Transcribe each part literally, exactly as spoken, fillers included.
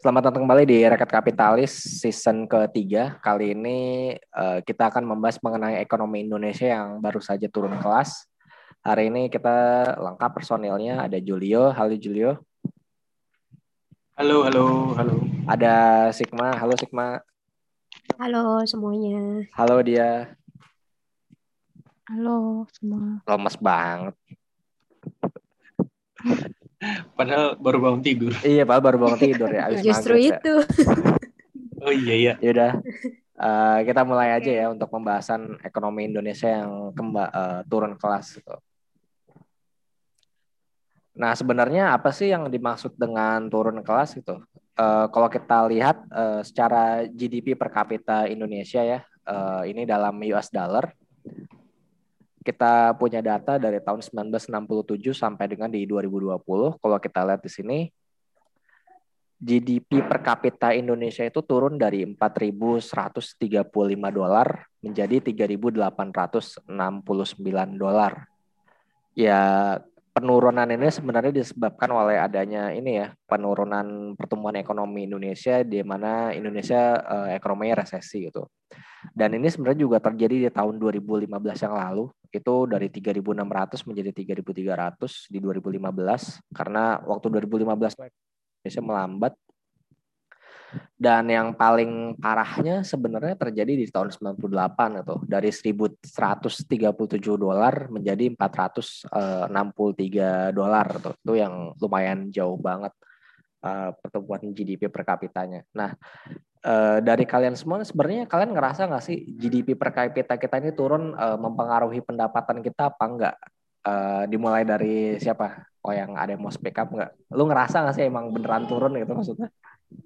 Selamat datang kembali di Rakyat Kapitalis season ketiga. Kali ini uh, kita akan membahas mengenai ekonomi Indonesia yang baru saja turun kelas. Hari ini kita lengkap personilnya. Ada Julio. Halo Julio. Halo, halo, halo. Ada Sigma. Halo Sigma. Halo semuanya. Halo dia. Halo semua. Lemes banget. Padahal baru bangun tidur. Iya, padahal baru bangun tidur ya. Abis Justru maghrib, itu. Ya. Oh iya iya. Yaudah, uh, kita mulai aja ya untuk pembahasan ekonomi Indonesia yang kemba, uh, turun kelas. Gitu. Nah, sebenarnya apa sih yang dimaksud dengan turun kelas itu? Uh, kalau kita lihat uh, secara G D P per kapita Indonesia ya, uh, ini dalam U S dollar, kita punya data dari tahun seribu sembilan ratus enam puluh tujuh sampai dengan di dua ribu dua puluh. Kalau kita lihat di sini, G D P per kapita Indonesia itu turun dari empat ribu seratus tiga puluh lima dolar menjadi tiga ribu delapan ratus enam puluh sembilan dolar. Ya, penurunan ini sebenarnya disebabkan oleh adanya ini ya, penurunan pertumbuhan ekonomi Indonesia di mana Indonesia eh, ekonominya resesi gitu. Dan ini sebenarnya juga terjadi di tahun dua ribu lima belas yang lalu. Itu dari tiga ribu enam ratus menjadi tiga ribu tiga ratus di dua ribu lima belas karena waktu dua ribu lima belas Indonesia melambat. Dan yang paling parahnya sebenarnya terjadi di tahun sembilan puluh delapan itu dari seribu seratus tiga puluh tujuh dolar menjadi empat ratus enam puluh tiga dolar tuh. Itu yang lumayan jauh banget uh, pertumbuhan G D P per kapitanya. Nah, uh, dari kalian semua sebenarnya kalian ngerasa nggak sih G D P per kapita kita ini turun uh, mempengaruhi pendapatan kita apa enggak? Uh, dimulai dari siapa? Oh, yang ada yang mau speak up nggak? Lu ngerasa nggak sih emang beneran turun gitu maksudnya?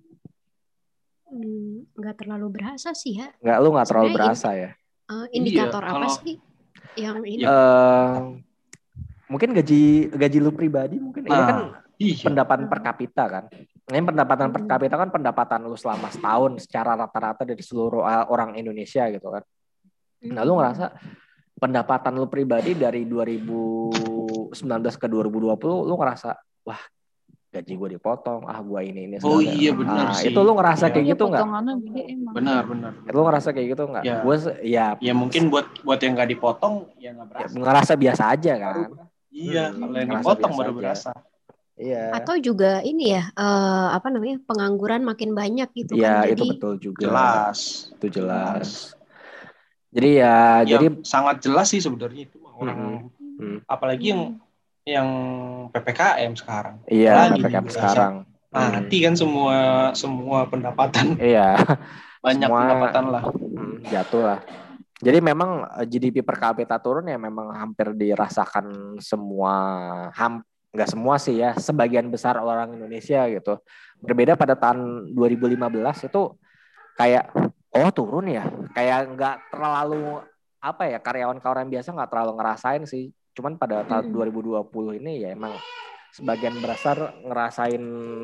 Hmm, nggak terlalu berasa sih ya. Nggak, lu nggak terlalu Sebenarnya berasa indi- ya? uh, indikator Iya, apa kalau sih yang ini? ya, Uh, mungkin gaji gaji lu pribadi mungkin ini kan nah, iya. pendapatan per Uh, kapita kan. Ini pendapatan per mm, kapita kan pendapatan lu selama setahun secara rata-rata dari seluruh orang Indonesia gitu kan. Nah, lu mm, ngerasa pendapatan lu pribadi dari dua ribu sembilan belas ke dua ribu dua puluh lu ngerasa wah gaji gue dipotong, ah gue ini ini Oh segala. iya benar Ah, itu sih. lu ngerasa Ya, kayak Iya gitu nggak? potongannya gede emang. benar benar. Itu lu ngerasa kayak gitu nggak? Ya, Gue ya, ya mungkin buat buat yang nggak dipotong ya nggak ya berasa. ngerasa biasa aja Baru kan. berasa. Iya, Hmm, kalau yang ngerasa dipotong biasa baru aja. berasa. Iya. Atau juga ini ya, uh, apa namanya, pengangguran makin banyak gitu Iya, kan. itu Jadi betul juga. Jelas. Itu jelas. Jelas. Jadi ya, Ya jadi sangat jelas sih sebenarnya itu orang mm, mm, apalagi yang mm, yang P P K M sekarang. iya Apalagi nih P P K M gue rasa sekarang. mati Mm, kan semua semua pendapatan. iya, Banyak semua pendapatan lah. mm, jatuh lah. Jadi memang G D P per kapita turun ya memang hampir dirasakan semua, ham, nggak semua sih ya, sebagian besar orang Indonesia gitu. Berbeda pada tahun dua ribu lima belas itu kayak oh turun ya, kayak nggak terlalu apa ya karyawan-karyawan biasa nggak terlalu ngerasain sih. Cuman pada tahun mm. dua ribu dua puluh ini ya emang sebagian besar ngerasain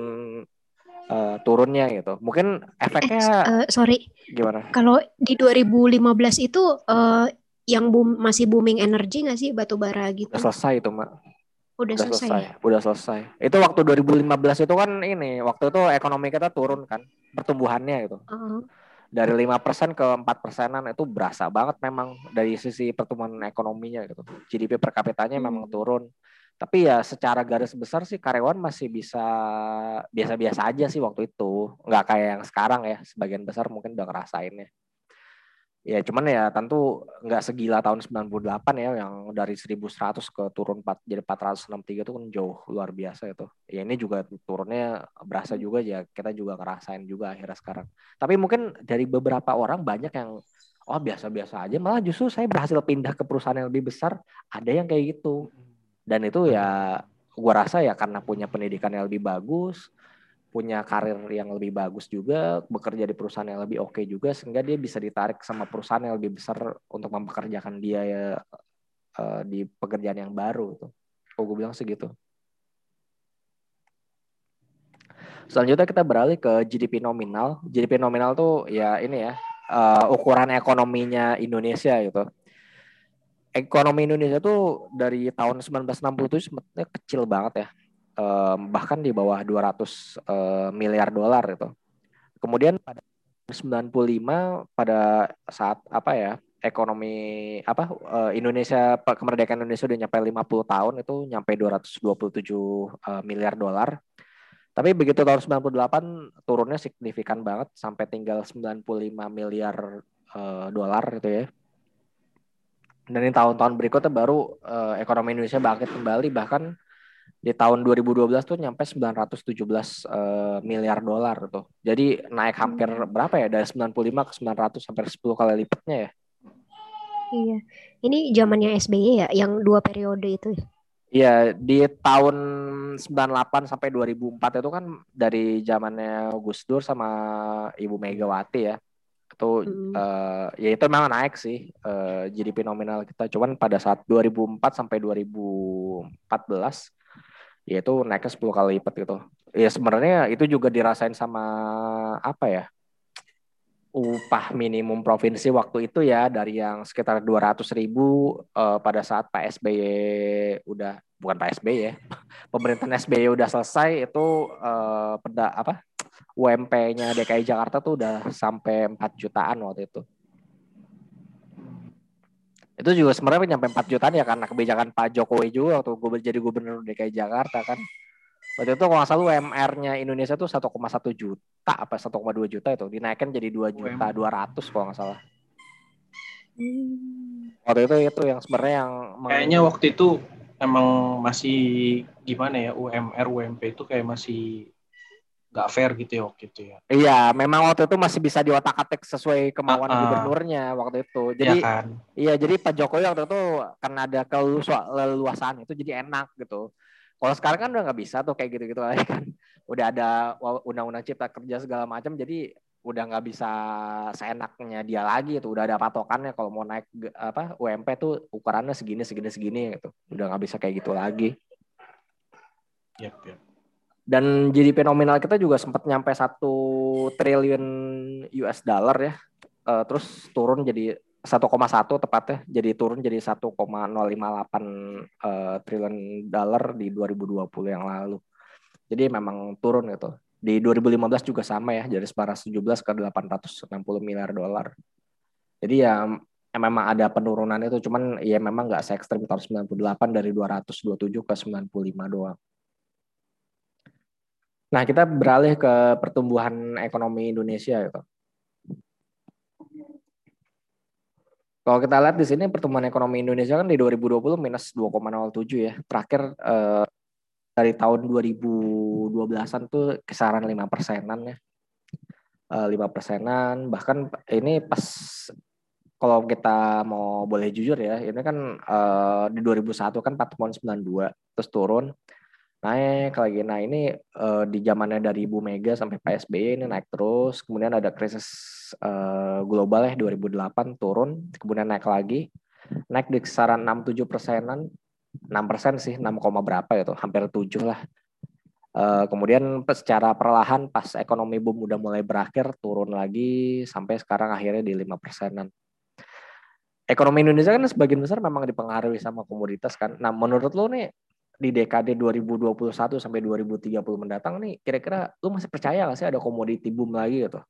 uh, turunnya gitu. Mungkin Eh, efeknya uh, sorry. gimana? Kalau di dua ribu lima belas itu uh, yang boom, masih booming energi nggak sih batu bara Udah gitu? selesai itu, Mak. Udah Udah selesai selesai, ya? udah selesai. Itu waktu dua ribu lima belas itu kan ini, waktu itu ekonomi kita turun kan, pertumbuhannya gitu. Uh, Dari lima persen ke empat persenan itu berasa banget memang dari sisi pertumbuhan ekonominya gitu. G D P per kapitanya memang hmm. turun. Tapi ya secara garis besar sih karyawan masih bisa biasa-biasa aja sih waktu itu. Nggak kayak yang sekarang ya, sebagian besar mungkin udah ngerasainnya. Ya cuman ya tentu nggak segila tahun sembilan puluh delapan ya yang dari seribu seratus ke turun empat jadi empat ratus enam puluh tiga itu kan jauh luar biasa itu. Ya ini juga turunnya berasa juga ya kita juga ngerasain juga akhirnya sekarang. Tapi mungkin dari beberapa orang banyak yang oh biasa-biasa aja malah justru saya berhasil pindah ke perusahaan yang lebih besar ada yang kayak gitu. Dan itu ya gua rasa ya karena punya pendidikan yang lebih bagus, punya karir yang lebih bagus juga, bekerja di perusahaan yang lebih oke juga, sehingga dia bisa ditarik sama perusahaan yang lebih besar untuk mempekerjakan dia ya, uh, di pekerjaan yang baru. Oh, gue bilang segitu. Selanjutnya kita beralih ke G D P nominal. G D P nominal tuh ya ini ya, uh, ukuran ekonominya Indonesia gitu. Ekonomi Indonesia tuh dari tahun sembilan belas enam puluh tujuh sebetulnya kecil banget ya. um, bahkan di bawah dua ratus uh, miliar dolar itu. Kemudian pada sembilan puluh lima pada saat apa ya ekonomi apa uh, Indonesia kemerdekaan Indonesia udah nyampe lima puluh tahun itu nyampe dua ratus dua puluh tujuh uh, miliar dolar. Tapi begitu tahun sembilan puluh delapan turunnya signifikan banget sampai tinggal sembilan puluh lima miliar uh, dolar gitu ya. Dan di tahun-tahun berikutnya baru uh, ekonomi Indonesia bangkit kembali, bahkan di tahun dua ribu dua belas tuh nyampe sembilan ratus tujuh belas uh, miliar dolar tuh. Jadi naik hampir berapa ya, dari sembilan puluh lima ke sembilan ratus, hampir sepuluh kali lipatnya ya. Iya. Ini zamannya S B Y ya yang dua periode itu. Iya, di tahun sembilan puluh delapan sampai dua ribu empat itu kan dari zamannya Gus Dur sama Ibu Megawati ya. Itu hmm. uh, ya itu memang naik sih uh, G D P nominal kita. Cuman pada saat dua ribu empat sampai dua ribu empat belas ya itu naiknya sepuluh kali lipat gitu. Ya sebenarnya itu juga dirasain sama apa ya? Upah minimum provinsi waktu itu ya, dari yang sekitar dua ratus ribu uh, pada saat Pak S B Y udah, bukan Pak S B Y ya, pemerintahan S B Y udah selesai itu uh, peda, apa U M P-nya D K I Jakarta tuh udah sampai empat jutaan waktu itu. Itu juga sebenarnya nyampe empat jutaan ya karena kebijakan Pak Jokowi juga waktu gue jadi gubernur D K I Jakarta kan. Waktu itu kalau nggak salah U M R-nya Indonesia tuh satu koma satu juta apa satu koma dua juta itu dinaikkan jadi dua juta dua ratus kalau nggak salah. Hmm. Waktu itu itu yang sebenarnya yang kayaknya meng... waktu itu emang masih gimana ya, U M R U M P itu kayak masih nggak fair gitu ya waktu itu ya. Iya, memang waktu itu masih bisa diotak-atik sesuai kemauan uh, uh. gubernurnya waktu itu. Jadi ya kan? Iya, jadi Pak Jokowi waktu itu karena ada keleluasaan itu jadi enak gitu. Kalau sekarang kan udah nggak bisa tuh kayak gitu-gitu lagi kan. Udah ada undang-undang cipta kerja segala macam, jadi udah nggak bisa seenaknya dia lagi itu. Udah ada patokannya kalau mau naik apa U M P tuh ukurannya segini segini segini gitu. Udah nggak bisa kayak gitu lagi. Yep, yep. Dan G D P nominal kita juga sempat nyampe satu triliun U S dollar ya. Uh, terus turun jadi satu koma satu tepatnya, jadi turun jadi satu koma nol lima delapan uh, triliun dolar di dua ribu dua puluh yang lalu. Jadi memang turun gitu. Di dua ribu lima belas juga sama ya, dari sembilan ratus tujuh belas ke delapan ratus enam puluh miliar dolar. Jadi ya, ya memang ada penurunan itu, cuman ya memang nggak se-ekstrem tahun sembilan puluh delapan dari dua ratus dua puluh tujuh ke sembilan puluh lima doang. Nah, kita beralih ke pertumbuhan ekonomi Indonesia gitu. Kalau kita lihat di sini pertumbuhan ekonomi Indonesia kan di dua ribu dua puluh minus dua koma nol tujuh ya. Terakhir eh, dari tahun dua ribu dua belasan tuh kisaran lima persenan ya. Eh, lima persenan, bahkan ini pas kalau kita mau boleh jujur ya, ini kan eh, di dua ribu satu kan empat koma sembilan dua terus turun. Naik lagi. Nah ini uh, di zamannya dari Ibu Mega sampai Pak S B Y ini naik terus. Kemudian ada krisis uh, global ya dua ribu delapan turun. Kemudian naik lagi. Naik di kisaran enam tujuh persenan. enam persen sih, enam, berapa itu. Hampir tujuh lah. Uh, kemudian secara perlahan pas ekonomi boom udah mulai berakhir turun lagi. Sampai sekarang akhirnya di lima persenan. Ekonomi Indonesia kan sebagian besar memang dipengaruhi sama komoditas kan. Nah menurut lo nih, di dekade dua ribu dua puluh satu sampai dua ribu tiga puluh mendatang nih, kira-kira lu masih percaya nggak sih ada komoditi boom lagi gitu?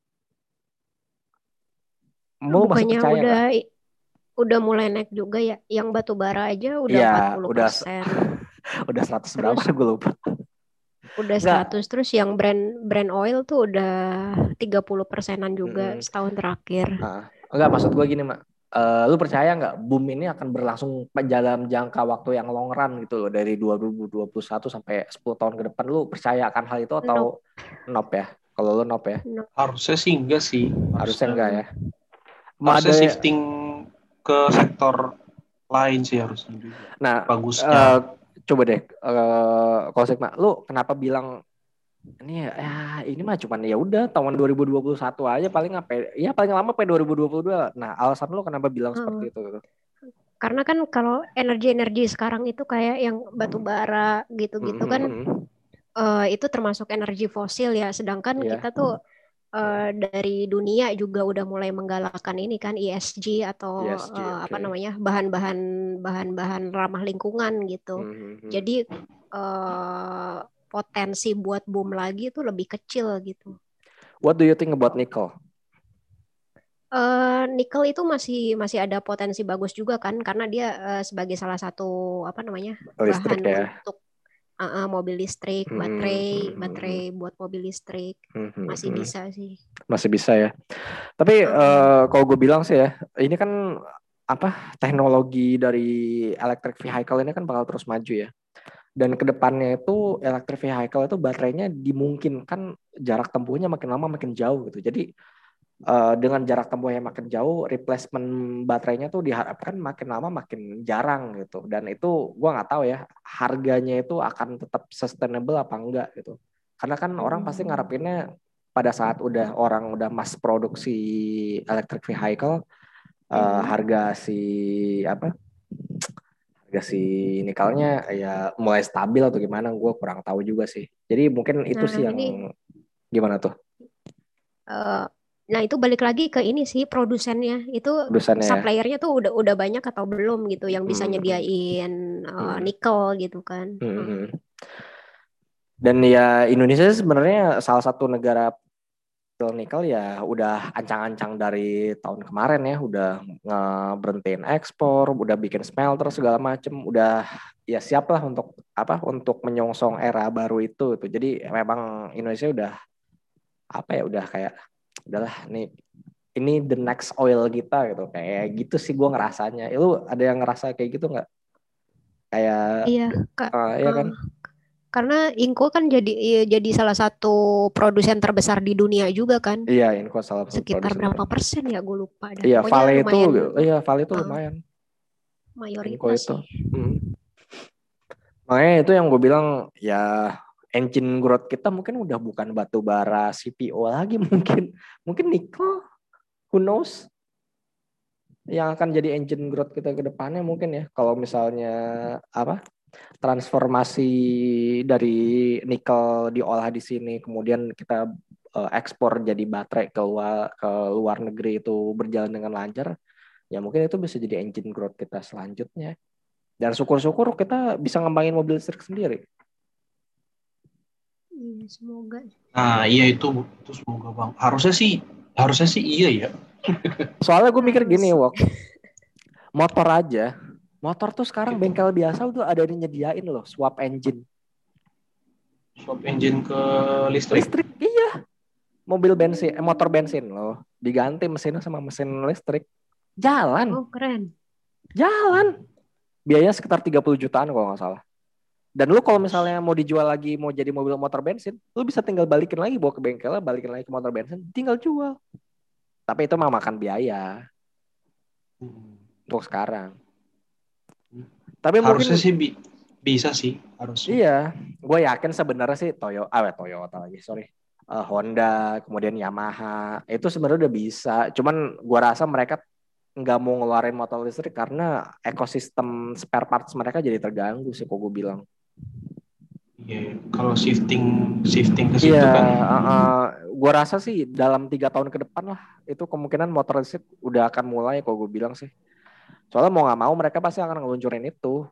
Lu masih percaya udah gak? Udah mulai naik juga ya, yang batu bara aja udah ya, empat puluh persen. Udah udah seratus berapa gue lupa. Udah seratus, terus yang brand brand oil tuh udah tiga puluh persenan juga hmm. setahun terakhir. Nah, enggak, maksud gue gini, Mak. Uh, lu percaya nggak boom ini akan berlangsung dalam jangka waktu yang long run gitu loh, dari dua ribu dua puluh satu sampai sepuluh tahun ke depan? Lu percaya akan hal itu atau nope, nope ya? Kalau lu nope ya? Nope. Harusnya sih enggak sih. Harusnya, harusnya enggak ya. Harusnya ada... shifting ke sektor lain sih harusnya juga. Nah, bagusnya. Uh, coba deh, uh, kalau Sigma, lu kenapa bilang ini ya, ya ini mah cuman ya udah tahun dua ribu dua puluh satu aja paling apa ya, paling lama sampai dua ribu dua puluh dua. Nah, alasan lu kenapa bilang hmm. seperti itu gitu? Karena kan kalau energi-energi sekarang itu kayak yang batu bara gitu-gitu kan hmm. uh, itu termasuk energi fosil ya, sedangkan yeah. kita tuh uh, dari dunia juga udah mulai menggalakkan ini kan E S G atau E S G, uh, okay. apa namanya bahan-bahan bahan-bahan ramah lingkungan gitu. Hmm. Jadi uh, potensi buat boom lagi itu lebih kecil gitu. What do you think about nickel? Uh, nikel itu masih masih ada potensi bagus juga kan, karena dia uh, sebagai salah satu apa namanya Listrik bahan ya. untuk uh, uh, mobil listrik, Hmm, baterai, hmm, baterai buat mobil listrik hmm, hmm, masih hmm. bisa sih. Masih bisa ya. Tapi Uh, uh, kalau gue bilang sih ya, ini kan apa teknologi dari electric vehicle ini kan bakal terus maju ya. Dan kedepannya itu electric vehicle itu baterainya dimungkinkan jarak tempuhnya makin lama makin jauh gitu. Jadi uh, dengan jarak tempuh yang makin jauh, replacement baterainya tuh diharapkan makin lama makin jarang gitu. Dan itu gue nggak tahu ya harganya itu akan tetap sustainable apa enggak gitu. Karena kan orang pasti ngarepinnya pada saat udah orang udah mass produksi electric vehicle, uh, harga si apa harga si nikelnya ya mulai stabil atau gimana, gue kurang tahu juga sih. Jadi mungkin itu nah sih yang ini gimana tuh uh, nah itu balik lagi ke ini sih produsennya itu produsennya ya. suppliernya tuh udah udah banyak atau belum gitu yang bisa Hmm. nyediain uh, Hmm. nikel gitu kan. Hmm. Dan ya Indonesia sebenarnya salah satu negara nikel ya udah ancang-ancang dari tahun kemarin ya, udah ngeberhentiin ekspor, udah bikin smelter segala macem, udah ya siap lah untuk apa untuk menyongsong era baru itu itu. Jadi memang Indonesia udah apa ya udah kayak udahlah nih ini the next oil kita gitu, kayak gitu sih gue ngerasanya. Lu ada yang ngerasa kayak gitu nggak? Kayak Iya kak. uh, ya kan? Karena Inco kan jadi ya, jadi salah satu produsen terbesar di dunia juga kan. Iya, Inco salah satu Sekitar produsen. berapa persen ya gue lupa dah. Iya, Pokoknya Vale itu, lumayan. iya Vale itu uh, lumayan. Inco mayoritas itu. sih. Hmm. Makanya itu yang gue bilang ya engine growth kita mungkin udah bukan batu bara C P O lagi mungkin. Mungkin nikel, who knows? Yang akan jadi engine growth kita ke depannya mungkin ya. Kalau misalnya apa? Transformasi dari nikel diolah di sini kemudian kita uh, ekspor jadi baterai ke luar ke luar negeri itu berjalan dengan lancar, ya mungkin itu bisa jadi engine growth kita selanjutnya. Dan syukur-syukur kita bisa ngembangin mobil listrik sendiri. Iya, semoga. Nah, iya itu, itu semoga bang. Harusnya sih, harusnya sih iya ya. Soalnya gue mikir gini, Wok. Motor aja, motor tuh sekarang Gitu. bengkel biasa udah ada yang nyediain loh, swap engine. Swap engine ke listrik? Listrik, iya. Mobil bensin, eh, motor bensin loh, diganti mesinnya sama mesin listrik. Jalan. Oh, keren. Jalan. Biayanya sekitar tiga puluh jutaan kalau nggak salah. Dan lu kalau misalnya mau dijual lagi, mau jadi mobil motor bensin, lu bisa tinggal balikin lagi, bawa ke bengkel, balikin lagi ke motor bensin, tinggal jual. Tapi itu mah makan biaya Hmm. untuk sekarang. Tapi harusnya mungkin sih bi- bisa sih harusnya. iya, gue yakin sebenarnya sih Toyota, ah Toyota lagi, sorry, uh, Honda, kemudian Yamaha, itu sebenarnya udah bisa. Cuman gue rasa mereka nggak mau ngeluarin motor listrik karena ekosistem spare parts mereka jadi terganggu sih, kok gue bilang. Iya, kalau shifting shifting ke situ Iya, kan. uh, uh, gue rasa sih dalam tiga tahun ke depan lah itu kemungkinan motor listrik udah akan mulai, kok gue bilang sih. Soalnya mau nggak mau mereka pasti akan ngeluncurin itu.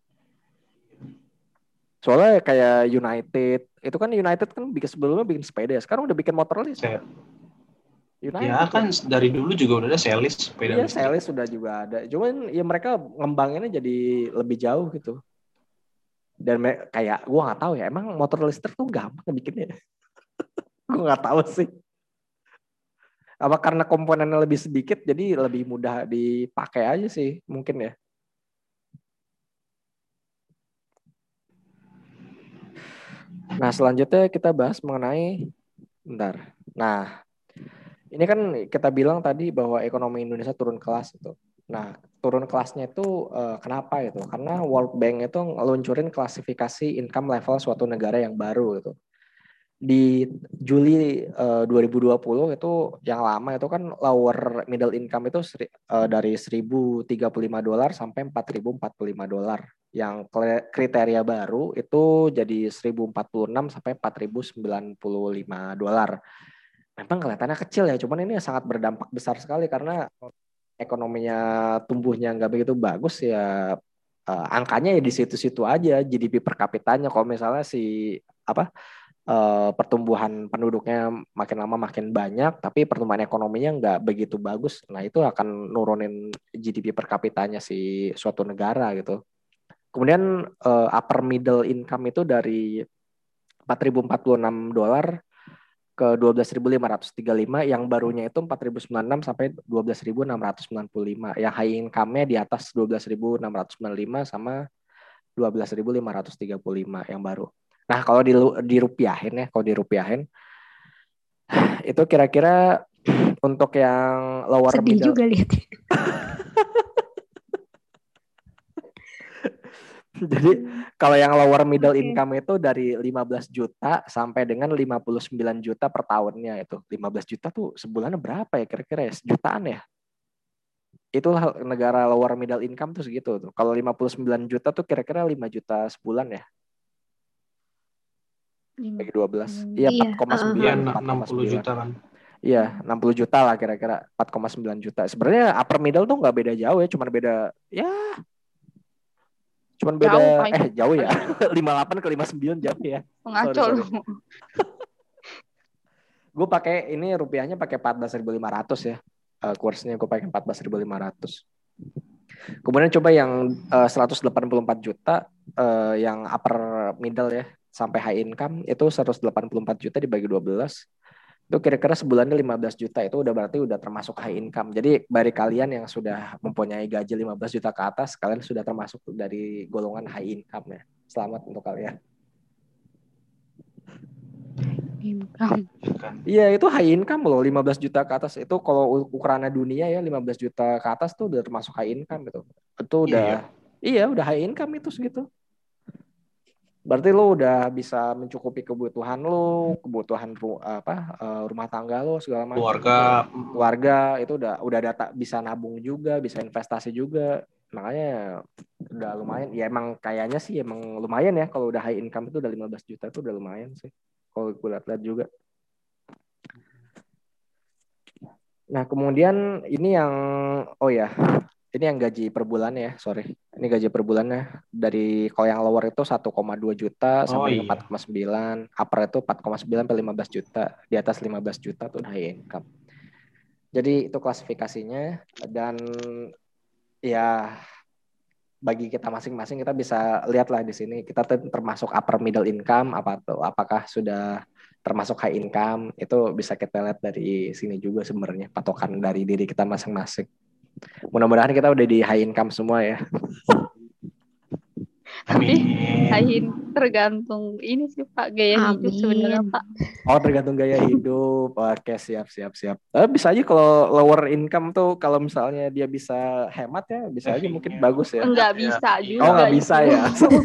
Soalnya kayak United, itu kan United kan bikin sebelumnya bikin sepeda, sekarang udah bikin motor listrik. Saya, ya United kan loh. dari dulu juga udah ada Celis sepeda Iya, listrik. Celis sudah juga ada. Cuman ya mereka ngembanginnya jadi lebih jauh gitu. Dan me- kayak gue nggak tahu ya, emang motor listrik tuh gampang bikinnya. Gue nggak tahu sih. Apa karena komponennya lebih sedikit jadi lebih mudah dipakai aja sih mungkin ya. Nah, selanjutnya kita bahas mengenai bentar. Nah, ini kan kita bilang tadi bahwa ekonomi Indonesia turun kelas itu. Nah, turun kelasnya itu uh, kenapa itu? Karena World Bank itu ngeluncurin klasifikasi income level suatu negara yang baru gitu. Di Juli uh, dua ribu dua puluh itu yang lama itu kan lower middle income itu seri, uh, dari seribu tiga puluh lima dolar sampai empat ribu empat puluh lima dolar. Yang kriteria baru itu jadi seribu empat puluh enam sampai empat ribu sembilan puluh lima dolar. Memang kelihatannya kecil ya, cuman ini sangat berdampak besar sekali karena ekonominya tumbuhnya nggak begitu bagus ya, uh, angkanya ya di situ-situ aja G D P per kapitanya. Kalau misalnya si apa uh, pertumbuhan penduduknya makin lama makin banyak, tapi pertumbuhan ekonominya nggak begitu bagus, nah itu akan nurunin G D P per kapitanya si suatu negara gitu. Kemudian uh, upper middle income itu dari empat ribu empat puluh enam dolar ke dua belas ribu lima ratus tiga puluh lima, yang barunya itu empat ribu sembilan puluh enam sampai dua belas ribu enam ratus sembilan puluh lima. Yang high income-nya di atas dua belas ribu enam ratus sembilan puluh lima sama dua belas ribu lima ratus tiga puluh lima yang baru. Nah, kalau di dirupiahin ya, kalau dirupiahin itu kira-kira untuk yang lower sedih middle juga lihat. Jadi kalau yang lower middle Okay. income itu dari lima belas juta sampai dengan lima puluh sembilan juta per tahunnya itu. lima belas juta tuh sebulannya berapa ya kira-kira ya? Sejutaan ya? Itulah negara lower middle income tuh segitu tuh. Kalau lima puluh sembilan juta tuh kira-kira lima juta sebulan ya? Bagi dua belas. Iya, empat koma sembilan. Iya, enam puluh juta kan. Iya, enam puluh juta lah kira-kira. empat koma sembilan juta. Sebenarnya upper middle tuh nggak beda jauh ya. Cuma beda, ya Cuman beda, jauh, eh jauh ya, lima puluh delapan ke lima puluh sembilan jauh ya. Ngaco lu. Gue pakai ini rupiahnya pakai empat belas ribu lima ratus ya. Uh, kursnya gue pakai empat belas ribu lima ratus. Kemudian coba yang uh, seratus delapan puluh empat juta, uh, yang upper middle ya, sampai high income, itu seratus delapan puluh empat juta dibagi dua belas. Itu kira-kira sebulannya lima belas juta, itu udah berarti udah termasuk high income. Jadi bagi kalian yang sudah mempunyai gaji lima belas juta ke atas, kalian sudah termasuk dari golongan high income ya. Selamat untuk kalian. Income. Iya, itu high income loh, lima belas juta ke atas. Itu kalau ukurannya dunia ya, lima belas juta ke atas tuh udah termasuk high income itu. Itu udah, iya, iya udah high income itu segitu. Berarti lo udah bisa mencukupi kebutuhan lo, kebutuhan ru, apa rumah tangga lo segala macam. Keluarga, itu. keluarga itu udah udah data bisa nabung juga, bisa investasi juga. Makanya udah lumayan. Ya emang kayaknya sih emang lumayan ya kalau udah high income itu udah lima belas juta itu udah lumayan sih. Kalau gue lihat-lihat juga. Nah kemudian ini yang oh ya. Ini yang gaji per bulannya ya, sorry. Ini gaji per bulannya dari kalau yang lower itu satu koma dua juta sampai oh, iya. empat koma sembilan, upper itu empat koma sembilan sampai lima belas juta, di atas lima belas juta tuh high income. Jadi itu klasifikasinya dan ya bagi kita masing-masing kita bisa lihatlah di sini kita termasuk upper middle income apa tuh, apakah sudah termasuk high income, itu bisa kita lihat dari sini juga sebenarnya patokan dari diri kita masing-masing. Mudah-mudahan kita udah di high income semua ya. Tapi high income tergantung ini sih Pak, gaya Amin. hidup sebenarnya Pak. Oh tergantung gaya hidup. Oke siap siap siap. Eh, bisa aja kalau lower income tuh kalau misalnya dia bisa hemat ya bisa aja mungkin bagus ya. Enggak bisa juga. Oh nggak bisa ya.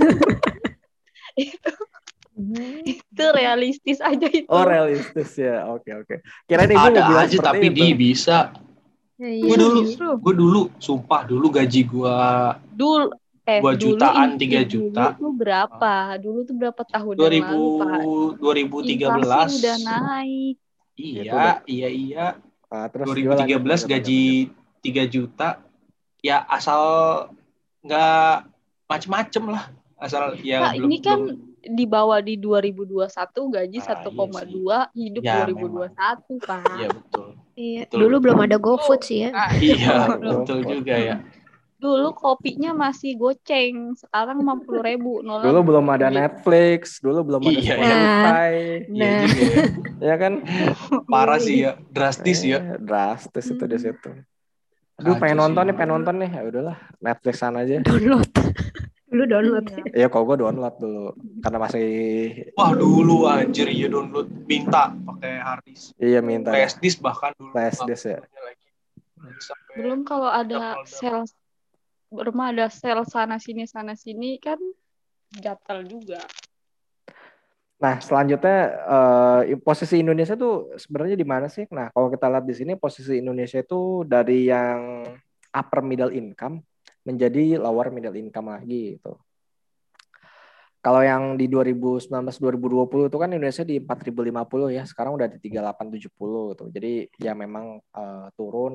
itu itu realistis aja itu. Oh realistis ya. Oke oke. Kirain ibu ada mau bilang aja tapi itu. dia bisa. Ya, gue dulu, gue dulu, sumpah dulu gaji gue dulu eh dua jutaan, tiga juta. Dulu tuh berapa? Dulu tuh berapa tahun dua ribu, yang lalu Pak? dua ribu tiga belas Inflasi udah naik. Iya, iya, iya. Uh, terus dua ribu tiga belas gaji tiga juta, ya asal nggak macem-macem lah, asal ya nah, belum. Ini kan belum, dibawa di dua ribu dua puluh satu gaji ah, satu koma dua, iya hidup ya, dua ribu dua puluh satu Pak. Iya betul. Iya, betul, dulu betul. belum ada GoFood sih ya. Ah, iya, betul juga ya. Dulu kopinya masih goceng, sekarang lima puluh ribu. Dulu belum ada Netflix, dulu belum ada iya, Spotify. Nah, iya juga ya. Ya kan? Parah sih ya, drastis eh, ya. Drastis itu di situ. Aduh, pengen nonton nih, pengen nonton nih. Ya udahlah, Netflixan aja. Download. Dulu download. Iya, kalau gue download dulu karena masih. Wah dulu anjir ya download minta pakai harddisk. Iya minta. Flash disk bahkan dulu. Flash disk ya. Belum kalau ada sel, belum ada sel sana sini sana sini kan gatal juga. Nah selanjutnya uh, posisi Indonesia tuh sebenarnya di mana sih? Nah kalau kita lihat di sini posisi Indonesia itu dari yang upper middle income menjadi lower middle income lagi gitu. Kalau yang di dua ribu sembilan belas dua ribu dua puluh itu kan Indonesia di empat ribu lima puluh ya, sekarang udah di tiga ribu delapan ratus tujuh puluh tuh. Jadi ya memang uh, turun.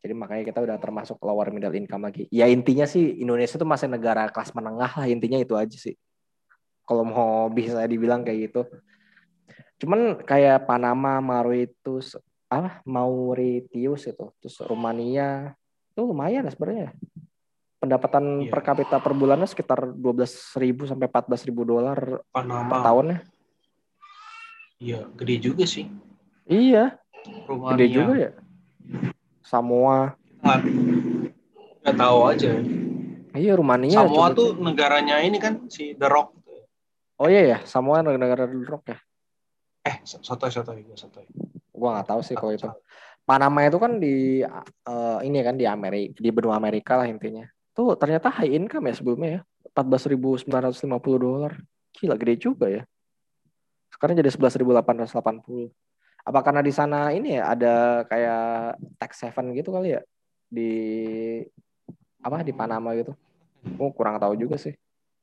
Jadi makanya kita udah termasuk lower middle income lagi. Ya intinya sih Indonesia tuh masih negara kelas menengah lah, intinya itu aja sih. Kalau mau bisa dibilang kayak gitu. Cuman kayak Panama, Mauritius, apa Mauritius itu, terus Rumania itu lumayan lah sebenarnya. Pendapatan Iya. per kapita per bulannya sekitar dua belas ribu sampai empat belas ribu dolar Panama. per tahunnya. Iya, gede juga sih. Iya, Rumania. gede juga ya. Samoa. Nggak, nggak tahu aja. Iya, Rumania. Samoa tuh cek. Negaranya ini kan si The Rock. Oh iya ya, Samoa negara The Rock ya. Eh, sotoy sotoy sotoy. Gua nggak tahu sih kalau itu. Panama itu kan di uh, ini kan di Amerika, di benua Amerika lah intinya. Tuh ternyata high income ya sebelumnya ya, empat belas ribu sembilan ratus lima puluh dolar. Gila gede juga ya. Sekarang jadi sebelas ribu delapan ratus delapan puluh. Apa karena di sana ini ya ada kayak tax haven gitu kali ya di apa di Panama gitu? Oh kurang tahu juga sih.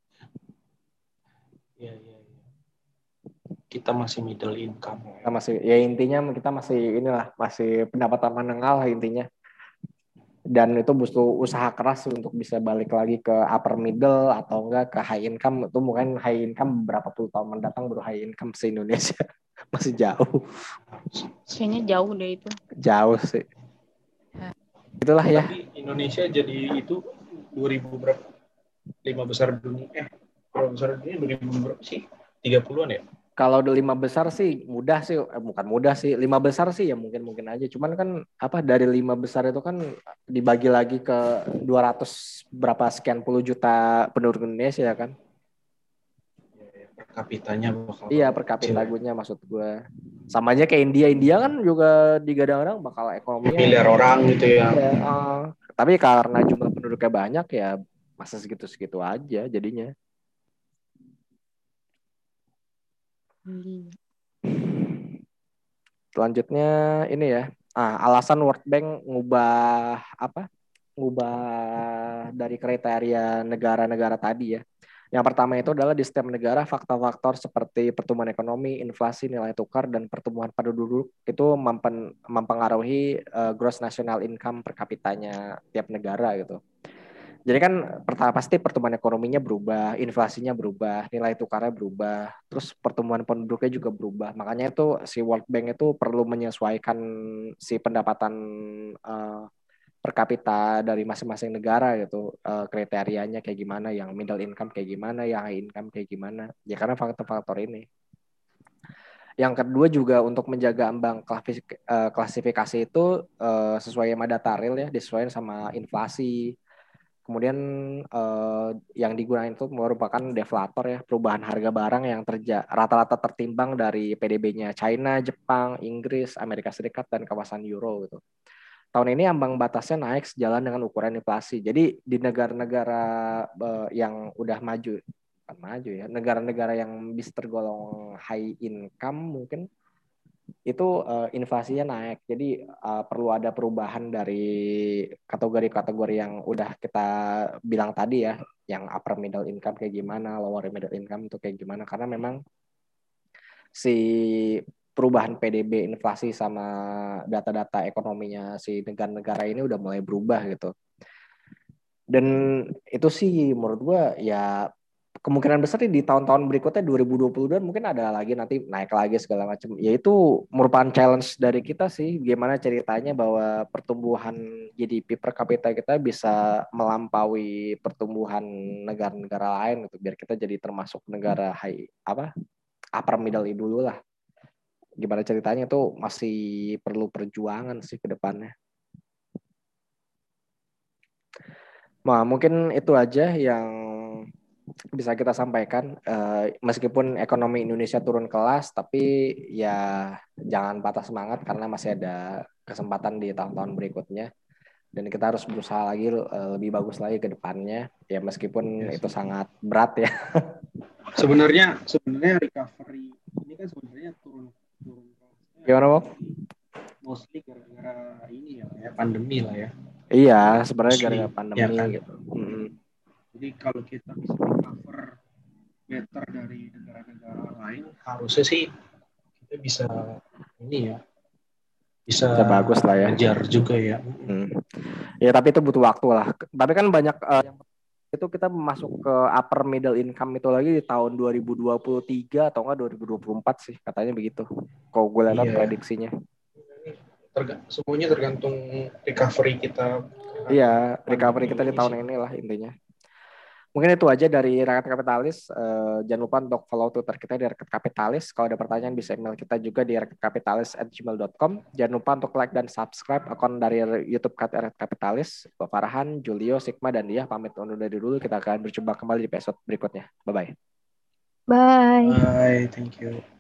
Iya iya. Ya. Kita masih middle income. Kita masih ya intinya kita masih inilah masih pendapatan menengah lah intinya. Dan itu butuh usaha keras untuk bisa balik lagi ke upper middle atau enggak ke high income. Itu mungkin high income beberapa puluh tahun mendatang baru high income se Indonesia. Masih jauh. Kayaknya jauh deh itu. Jauh sih. Itulah ya. Tapi Indonesia jadi itu dua ribu berapa? Lima besar dunia. Eh, berapa besar dunia dua ribu berapa sih? tiga puluhan ya? Kalau udah lima besar sih mudah sih, eh, bukan mudah sih. Lima besar sih ya mungkin-mungkin aja. Cuman kan apa dari lima besar itu kan dibagi lagi ke dua ratus berapa sekian puluh juta penduduk Indonesia ya kan? Per kapitanya bakal iya per kapita gue maksud gue. Sama aja kayak India. India kan juga digadang-gadang bakal ekonominya miliar orang gitu ya. ya uh, tapi karena jumlah penduduknya banyak ya masa segitu-segitu aja jadinya. Hmm. Selanjutnya ini ya, ah, alasan World Bank ngubah apa? Ngubah dari kriteria negara-negara tadi ya. Yang pertama itu adalah di setiap negara faktor-faktor seperti pertumbuhan ekonomi, inflasi, nilai tukar, dan pertumbuhan penduduk itu mempen, mempengaruhi uh, gross national income per kapitanya tiap negara gitu. Jadi kan pertama pasti pertumbuhan ekonominya berubah, inflasinya berubah, nilai tukarnya berubah, terus pertumbuhan penduduknya juga berubah. Makanya itu si World Bank itu perlu menyesuaikan si pendapatan uh, per kapita dari masing-masing negara gitu, uh, kriterianya kayak gimana, yang middle income kayak gimana, yang high income kayak gimana. Ya karena faktor-faktor ini. Yang kedua juga untuk menjaga ambang klasifikasi itu uh, sesuai sama data real ya, disesuaikan sama inflasi. Kemudian eh, yang digunakan itu merupakan deflator ya, perubahan harga barang yang terja rata-rata tertimbang dari P D B-nya China, Jepang, Inggris, Amerika Serikat, dan kawasan Euro gitu. Tahun ini ambang batasnya naik sejalan dengan ukuran inflasi. Jadi di negara-negara eh, yang udah maju, bukan maju ya, negara-negara yang bisa tergolong high income mungkin itu uh, inflasinya naik. Jadi uh, perlu ada perubahan dari kategori-kategori yang udah kita bilang tadi ya, yang upper middle income kayak gimana, lower middle income itu kayak gimana. Karena memang si perubahan P D B, inflasi sama data-data ekonominya si negara-negara ini udah mulai berubah gitu. Dan itu sih menurut gue ya kemungkinan besar di tahun-tahun berikutnya dua ribu dua puluh dua mungkin ada lagi nanti naik lagi segala macam. Ya itu merupakan challenge dari kita sih, gimana ceritanya bahwa pertumbuhan G D P per kapita kita bisa melampaui pertumbuhan negara-negara lain gitu, biar kita jadi termasuk negara high apa upper middle dulu lah. Gimana ceritanya tuh masih perlu perjuangan sih ke depannya. Nah, mungkin itu aja yang bisa kita sampaikan. Uh, meskipun ekonomi Indonesia turun kelas, tapi ya jangan patah semangat karena masih ada kesempatan di tahun-tahun berikutnya. Dan kita harus berusaha lagi uh, lebih bagus lagi ke depannya. Ya meskipun yes. itu sangat berat ya. Sebenarnya sebenarnya recovery ini kan sebenarnya turun turun kelasnya. Gimana, Bang? Mostly gara-gara ini ya, ya pandemi lah ya. Iya, sebenarnya gara-gara pandemi ya kan? gitu. Mm-hmm. Jadi kalau kita bisa recover better dari negara-negara lain, harusnya sih kita bisa ini ya bisa, bisa bagus lah ya. Ngejar juga ya. Hmm. Ya tapi itu butuh waktu lah. Tapi kan banyak uh, itu kita masuk ke upper middle income itu lagi di tahun dua ribu dua puluh tiga atau enggak dua ribu dua puluh empat sih katanya begitu. Kalau gue lihat Iya. prediksinya. Terga- semuanya tergantung recovery kita. Iya, recovery kita di tahun ini lah intinya. Mungkin itu aja dari Rakyat Kapitalis. Uh, jangan lupa untuk follow Twitter kita di Rakyat Kapitalis. Kalau ada pertanyaan bisa email kita juga di rakyatkapitalis at gmail dot com. Jangan lupa untuk like dan subscribe akun dari YouTube Rakyat Kapitalis. Bapak Farhan, Julio, Sigma, dan dia pamit undur diri dulu. Kita akan berjumpa kembali di episode berikutnya. Bye-bye. Bye. Bye, thank you.